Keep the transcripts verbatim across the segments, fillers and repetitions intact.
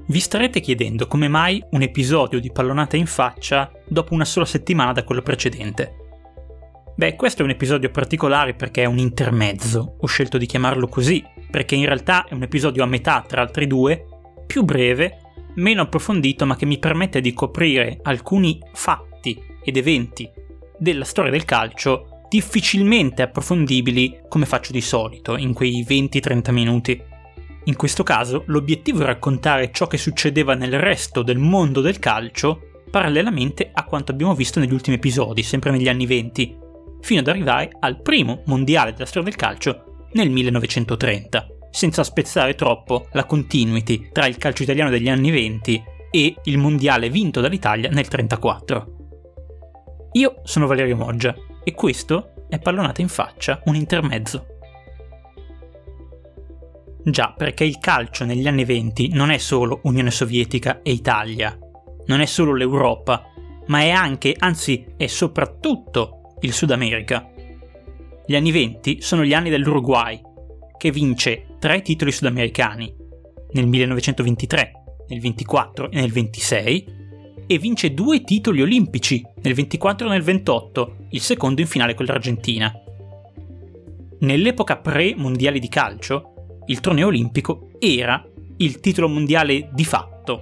Vi starete chiedendo come mai un episodio di Pallonata in faccia dopo una sola settimana da quello precedente. Beh, questo è un episodio particolare perché è un intermezzo, ho scelto di chiamarlo così, perché in realtà è un episodio a metà tra altri due, più breve, meno approfondito, ma che mi permette di coprire alcuni fatti ed eventi della storia del calcio difficilmente approfondibili come faccio di solito, in quei venti trenta minuti. In questo caso l'obiettivo è raccontare ciò che succedeva nel resto del mondo del calcio parallelamente a quanto abbiamo visto negli ultimi episodi, sempre negli anni venti, fino ad arrivare al primo mondiale della storia del calcio nel millenovecentotrenta, senza spezzare troppo la continuity tra il calcio italiano degli anni venti e il mondiale vinto dall'Italia nel trentaquattro. Io sono Valerio Moggia e questo è Pallonata in faccia, un intermezzo. Già, perché il calcio negli anni venti non è solo Unione Sovietica e Italia, non è solo l'Europa, ma è anche, anzi è soprattutto il Sud America. Gli anni venti sono gli anni dell'Uruguay, che vince tre titoli sudamericani, nel millenovecentoventitré, nel ventiquattro e nel ventisei, e vince due titoli olimpici, nel ventiquattro e nel ventotto, il secondo in finale con l'Argentina. Nell'epoca pre-mondiali di calcio, il torneo olimpico era il titolo mondiale di fatto.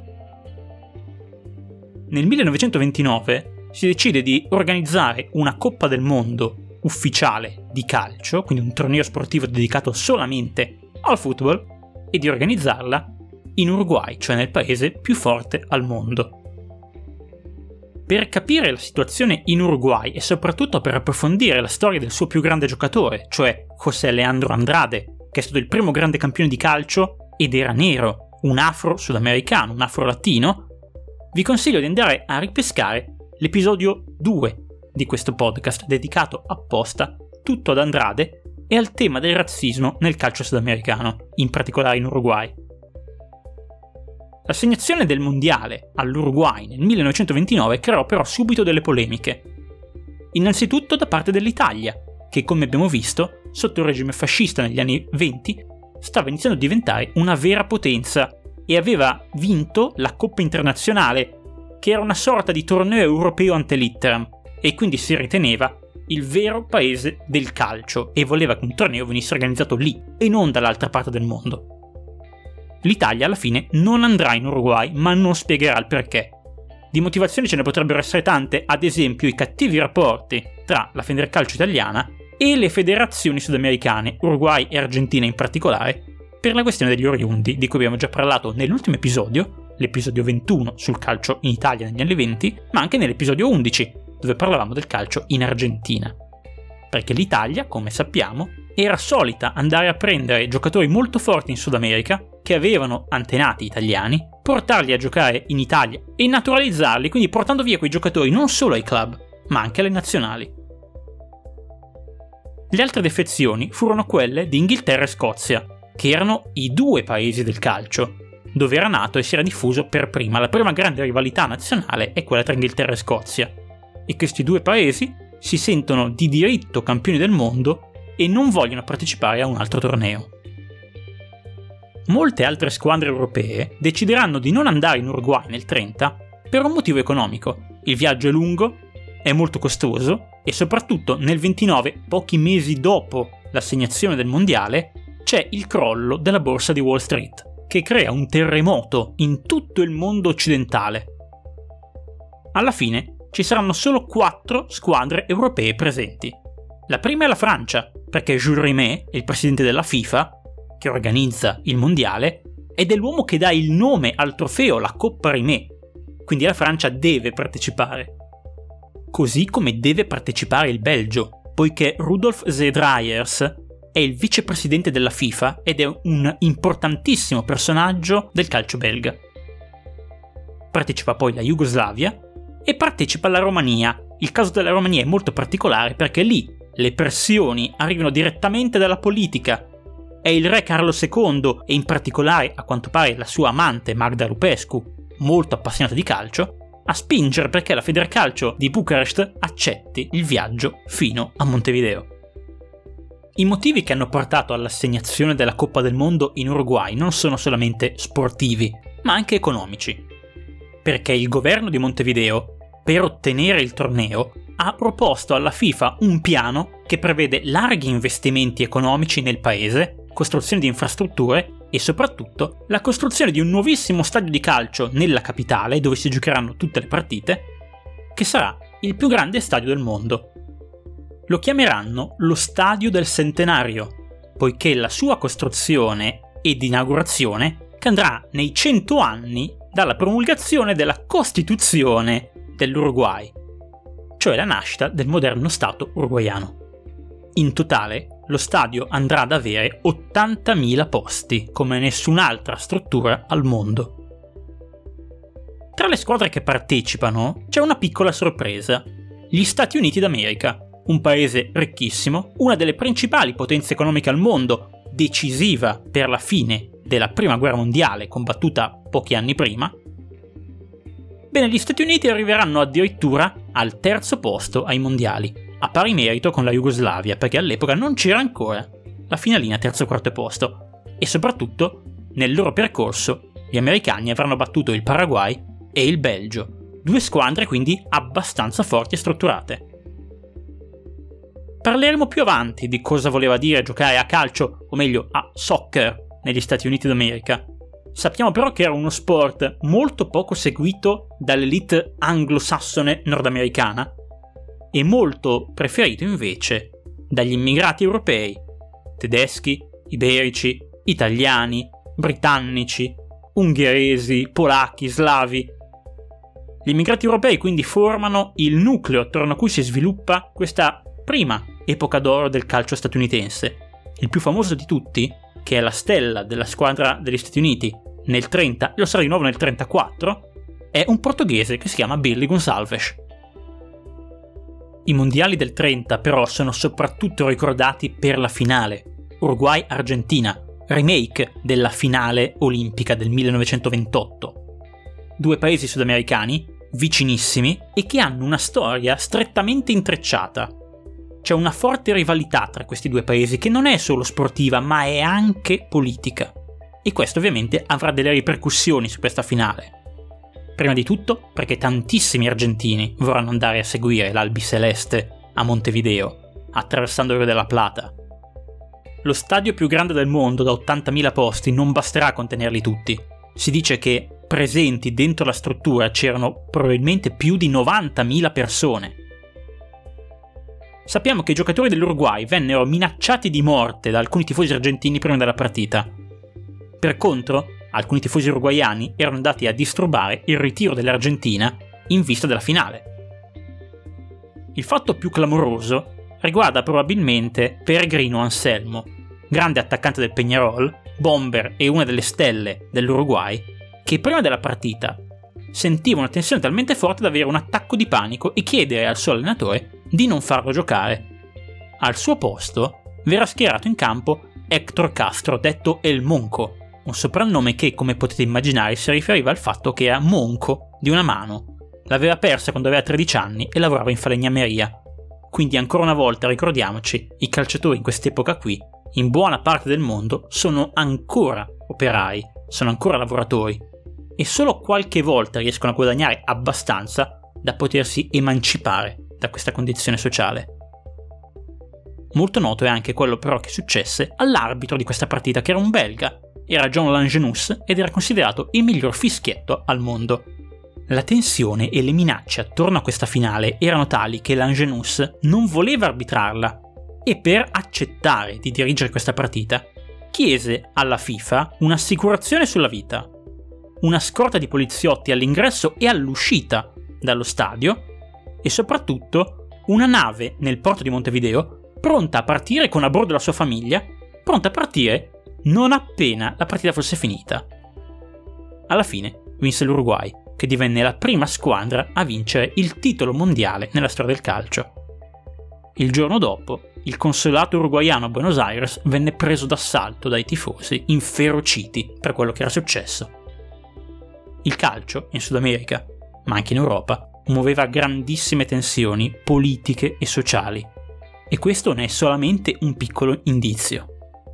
Nel millenovecentoventinove si decide di organizzare una Coppa del Mondo ufficiale di calcio, quindi un torneo sportivo dedicato solamente al football, e di organizzarla in Uruguay, cioè nel paese più forte al mondo. Per capire la situazione in Uruguay e soprattutto per approfondire la storia del suo più grande giocatore, cioè José Leandro Andrade, che è stato il primo grande campione di calcio ed era nero, un afro-sudamericano, un afro-latino, vi consiglio di andare a ripescare l'episodio due di questo podcast, dedicato apposta tutto ad Andrade e al tema del razzismo nel calcio sudamericano, in particolare in Uruguay. L'assegnazione del mondiale all'Uruguay nel millenovecentoventinove creò però subito delle polemiche. Innanzitutto da parte dell'Italia, che come abbiamo visto, sotto il regime fascista negli anni venti, stava iniziando a diventare una vera potenza e aveva vinto la Coppa Internazionale, che era una sorta di torneo europeo ante litteram, e quindi si riteneva il vero paese del calcio e voleva che un torneo venisse organizzato lì e non dall'altra parte del mondo. L'Italia alla fine non andrà in Uruguay, ma non spiegherà il perché. Di motivazioni ce ne potrebbero essere tante, ad esempio i cattivi rapporti tra la Federcalcio italiana e le federazioni sudamericane, Uruguay e Argentina in particolare, per la questione degli oriundi, di cui abbiamo già parlato nell'ultimo episodio, l'episodio ventuno sul calcio in Italia negli anni venti, ma anche nell'episodio undici, dove parlavamo del calcio in Argentina. Perché l'Italia, come sappiamo, era solita andare a prendere giocatori molto forti in Sud America, che avevano antenati italiani, portarli a giocare in Italia e naturalizzarli, quindi portando via quei giocatori non solo ai club, ma anche alle nazionali. Le altre defezioni furono quelle di Inghilterra e Scozia, che erano i due paesi del calcio, dove era nato e si era diffuso per prima. La prima grande rivalità nazionale è quella tra Inghilterra e Scozia, e questi due paesi si sentono di diritto campioni del mondo e non vogliono partecipare a un altro torneo. Molte altre squadre europee decideranno di non andare in Uruguay nel trenta per un motivo economico. Il viaggio è lungo, è molto costoso e soprattutto nel ventinove, pochi mesi dopo l'assegnazione del mondiale, c'è il crollo della borsa di Wall Street, che crea un terremoto in tutto il mondo occidentale. Alla fine ci saranno solo quattro squadre europee presenti. La prima è la Francia, perché Jules Rimet, il presidente della FIFA, che organizza il mondiale, ed è l'uomo che dà il nome al trofeo, la Coppa Rimet, quindi la Francia deve partecipare. Così come deve partecipare il Belgio, poiché Rudolf Zeedrijers è il vicepresidente della FIFA ed è un importantissimo personaggio del calcio belga. Partecipa poi la Jugoslavia e partecipa la Romania. Il caso della Romania è molto particolare perché lì le pressioni arrivano direttamente dalla politica. È il re Carlo secondo e in particolare, a quanto pare, la sua amante Magda Lupescu, molto appassionata di calcio, a spingere perché la Federcalcio di Bucarest accetti il viaggio fino a Montevideo. I motivi che hanno portato all'assegnazione della Coppa del Mondo in Uruguay non sono solamente sportivi, ma anche economici. Perché il governo di Montevideo, per ottenere il torneo, ha proposto alla FIFA un piano che prevede larghi investimenti economici nel paese, costruzione di infrastrutture e soprattutto la costruzione di un nuovissimo stadio di calcio nella capitale, dove si giocheranno tutte le partite, che sarà il più grande stadio del mondo. Lo chiameranno lo Stadio del Centenario, poiché la sua costruzione ed inaugurazione cadrà nei cento anni dalla promulgazione della Costituzione dell'Uruguay, cioè la nascita del moderno Stato uruguaiano. In totale, lo stadio andrà ad avere ottantamila posti, come nessun'altra struttura al mondo. Tra le squadre che partecipano c'è una piccola sorpresa: gli Stati Uniti d'America, un paese ricchissimo, una delle principali potenze economiche al mondo, decisiva per la fine della Prima Guerra Mondiale, combattuta pochi anni prima. Bene, gli Stati Uniti arriveranno addirittura al terzo posto ai mondiali, a pari merito con la Jugoslavia, perché all'epoca non c'era ancora la finalina terzo quarto posto, e soprattutto nel loro percorso gli americani avranno battuto il Paraguay e il Belgio, due squadre quindi abbastanza forti e strutturate. Parleremo più avanti di cosa voleva dire giocare a calcio, o meglio a soccer, negli Stati Uniti d'America. Sappiamo però che era uno sport molto poco seguito dall'elite anglosassone nordamericana e molto preferito invece dagli immigrati europei, tedeschi, iberici, italiani, britannici, ungheresi, polacchi, slavi. Gli immigrati europei quindi formano il nucleo attorno a cui si sviluppa questa prima epoca d'oro del calcio statunitense. Il più famoso di tutti, che è la stella della squadra degli Stati Uniti nel trenta, e lo sarà di nuovo nel trentaquattro, è un portoghese che si chiama Billy Gonçalves. I mondiali del trenta però sono soprattutto ricordati per la finale, Uruguay-Argentina, remake della finale olimpica del millenovecentoventotto. Due paesi sudamericani, vicinissimi, e che hanno una storia strettamente intrecciata. C'è una forte rivalità tra questi due paesi che non è solo sportiva, ma è anche politica. E questo ovviamente avrà delle ripercussioni su questa finale. Prima di tutto perché tantissimi argentini vorranno andare a seguire l'albiceleste a Montevideo, attraversando il Rio della Plata. Lo stadio più grande del mondo da ottantamila posti non basterà a contenerli tutti. Si dice che presenti dentro la struttura c'erano probabilmente più di novantamila persone. Sappiamo che i giocatori dell'Uruguay vennero minacciati di morte da alcuni tifosi argentini prima della partita. Per contro, alcuni tifosi uruguaiani erano andati a disturbare il ritiro dell'Argentina in vista della finale. Il fatto più clamoroso riguarda probabilmente Peregrino Anselmo, grande attaccante del Peñarol, bomber e una delle stelle dell'Uruguay, che prima della partita sentiva una tensione talmente forte da avere un attacco di panico e chiedere al suo allenatore di non farlo giocare. Al suo posto verrà schierato in campo Héctor Castro, detto El Monco, un soprannome che, come potete immaginare, si riferiva al fatto che era monco di una mano. L'aveva persa quando aveva tredici anni e lavorava in falegnameria. Quindi ancora una volta ricordiamoci, i calciatori in quest'epoca qui, in buona parte del mondo, sono ancora operai, sono ancora lavoratori, e solo qualche volta riescono a guadagnare abbastanza da potersi emancipare da questa condizione sociale. Molto noto è anche quello però che successe all'arbitro di questa partita, che era un belga, era John Langenus ed era considerato il miglior fischietto al mondo. La tensione e le minacce attorno a questa finale erano tali che Langenus non voleva arbitrarla e per accettare di dirigere questa partita chiese alla FIFA un'assicurazione sulla vita, una scorta di poliziotti all'ingresso e all'uscita dallo stadio e soprattutto una nave nel porto di Montevideo pronta a partire con a bordo la sua famiglia, pronta a partire non appena la partita fosse finita. Alla fine vinse l'Uruguay, che divenne la prima squadra a vincere il titolo mondiale nella storia del calcio. Il giorno dopo, il consolato uruguaiano a Buenos Aires venne preso d'assalto dai tifosi inferociti per quello che era successo. Il calcio, in Sud America, ma anche in Europa, muoveva grandissime tensioni politiche e sociali, E questo ne è solamente un piccolo indizio.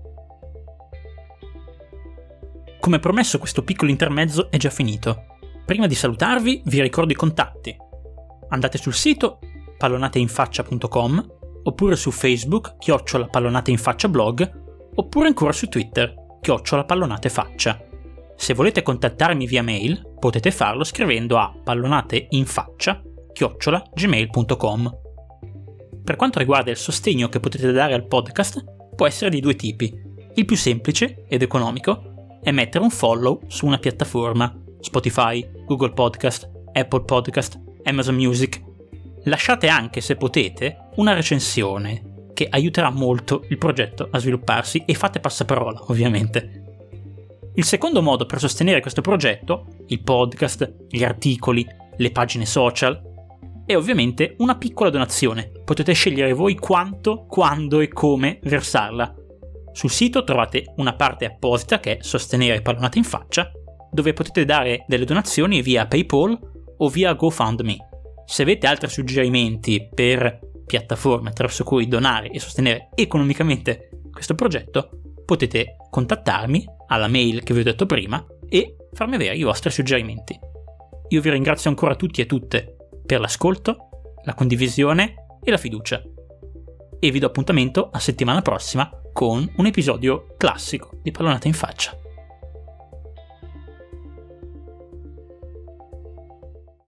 Come promesso, questo piccolo intermezzo è già finito. Prima di salutarvi vi ricordo i contatti. Andate sul sito pallonateinfaccia punto com oppure su Facebook chiocciola pallonateinfaccia blog oppure ancora su Twitter chiocciola pallonatefaccia. Se volete contattarmi via mail potete farlo scrivendo a pallonateinfaccia chiocciola gmail punto com. Per quanto riguarda il sostegno che potete dare al podcast, può essere di due tipi. Il più semplice ed economico è mettere un follow su una piattaforma, Spotify, Google Podcast, Apple Podcast, Amazon Music. Lasciate anche, se potete, una recensione, che aiuterà molto il progetto a svilupparsi, e fate passaparola, ovviamente. Il secondo modo per sostenere questo progetto, il podcast, gli articoli, le pagine social, è ovviamente una piccola donazione. Potete scegliere voi quanto, quando e come versarla. Sul sito trovate una parte apposita che è Sostenere Pallonate in Faccia, dove potete dare delle donazioni via PayPal o via GoFundMe. Se avete altri suggerimenti per piattaforme attraverso cui donare e sostenere economicamente questo progetto, potete contattarmi alla mail che vi ho detto prima e farmi avere i vostri suggerimenti. Io vi ringrazio ancora tutti e tutte per l'ascolto, la condivisione e la fiducia. E vi do appuntamento a settimana prossima con un episodio classico di Pallonate in Faccia.